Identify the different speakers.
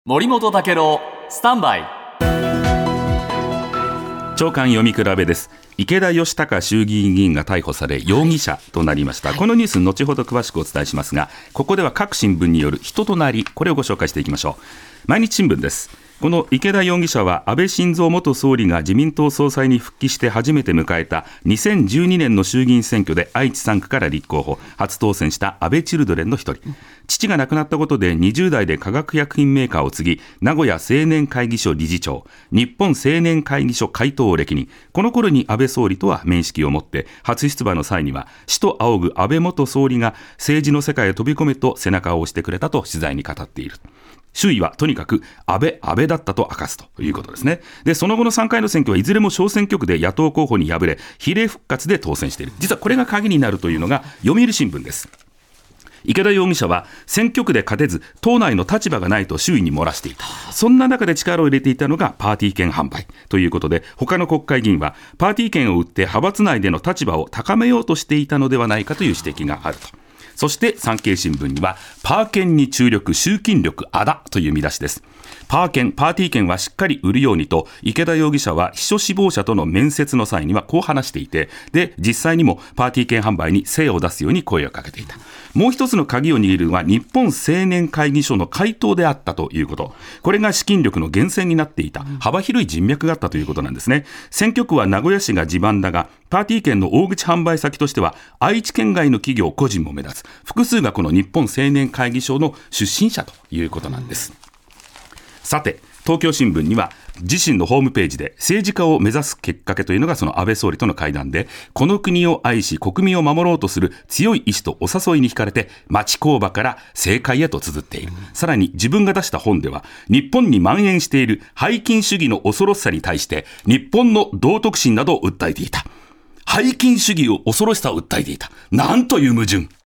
Speaker 1: 森本武郎スタンバイ。
Speaker 2: 長官読み比べです。池田義孝衆議院議員が逮捕され容疑者となりました、このニュース後ほど詳しくお伝えしますが、ここでは各新聞による人となり、これをご紹介していきましょう。毎日新聞です。この池田容疑者は安倍晋三元総理が自民党総裁に復帰して初めて迎えた2012年の衆議院選挙で愛知3区から立候補、初当選した安倍チルドレンの一人。父が亡くなったことで20代で化学薬品メーカーを継ぎ、名古屋青年会議所理事長、日本青年会議所会頭を歴任。この頃に安倍総理とは面識を持って、初出馬の際には師と仰ぐ安倍元総理が政治の世界へ飛び込めと背中を押してくれたと取材に語っている。周囲はとにかく安倍だったと明かすということですね。で、その後の3回の選挙はいずれも小選挙区で野党候補に敗れ、比例復活で当選している。実はこれが鍵になるというのが読売新聞です。池田容疑者は選挙区で勝てず党内の立場がないと周囲に漏らしていた。そんな中で力を入れていたのがパーティー券販売ということで、他の国会議員はパーティー券を売って派閥内での立場を高めようとしていたのではないかという指摘があると。そして産経新聞にはパー券に注力、集金力あだという見出しです。パーティー券はしっかり売るようにと池田容疑者は秘書志望者との面接の際にはこう話していて、で実際にもパーティー券販売に精を出すように声をかけていた。もう一つの鍵を握るのは日本青年会議所の会頭であったということ。これが資金力の源泉になっていた。幅広い人脈があったということなんですね。選挙区は名古屋市が地盤だが、パーティー券の大口販売先としては愛知県外の企業個人も目立つ。複数がこの日本青年会議所の出身者ということなんです。さて、東京新聞には自身のホームページで政治家を目指すきっかけというのがその安倍総理との会談で、この国を愛し国民を守ろうとする強い意志とお誘いに惹かれて町工場から政界へと綴っている。さらに自分が出した本では日本に蔓延している拝金主義の恐ろしさに対して日本の道徳心などを訴えていた。拝金主義を恐ろしさを訴えていた。なんという矛盾。